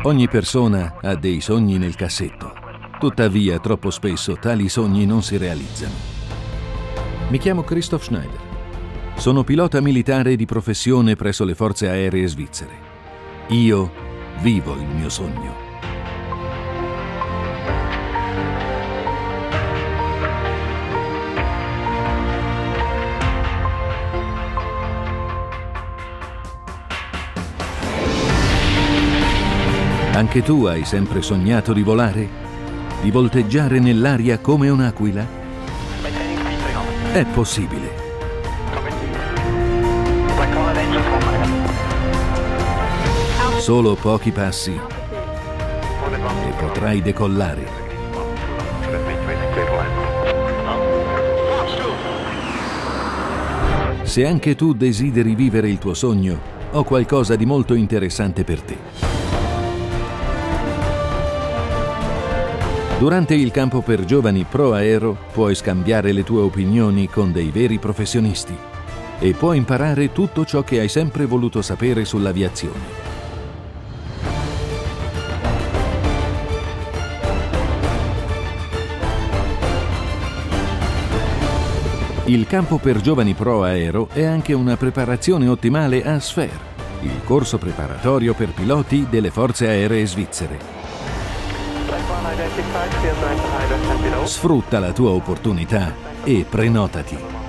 Ogni persona ha dei sogni nel cassetto. Tuttavia, troppo spesso tali sogni non si realizzano. Mi chiamo Christoph Schneider. Sono pilota militare di professione presso le forze aeree svizzere. Io vivo il mio sogno. Anche tu hai sempre sognato di volare? Di volteggiare nell'aria come un'aquila? È possibile. Solo pochi passi e potrai decollare. Se anche tu desideri vivere il tuo sogno, ho qualcosa di molto interessante per te. Durante il campo per giovani Pro Aero puoi scambiare le tue opinioni con dei veri professionisti e puoi imparare tutto ciò che hai sempre voluto sapere sull'aviazione. Il campo per giovani Pro Aero è anche una preparazione ottimale a Sphere, il corso preparatorio per piloti delle forze aeree svizzere. Sfrutta la tua opportunità e prenotati.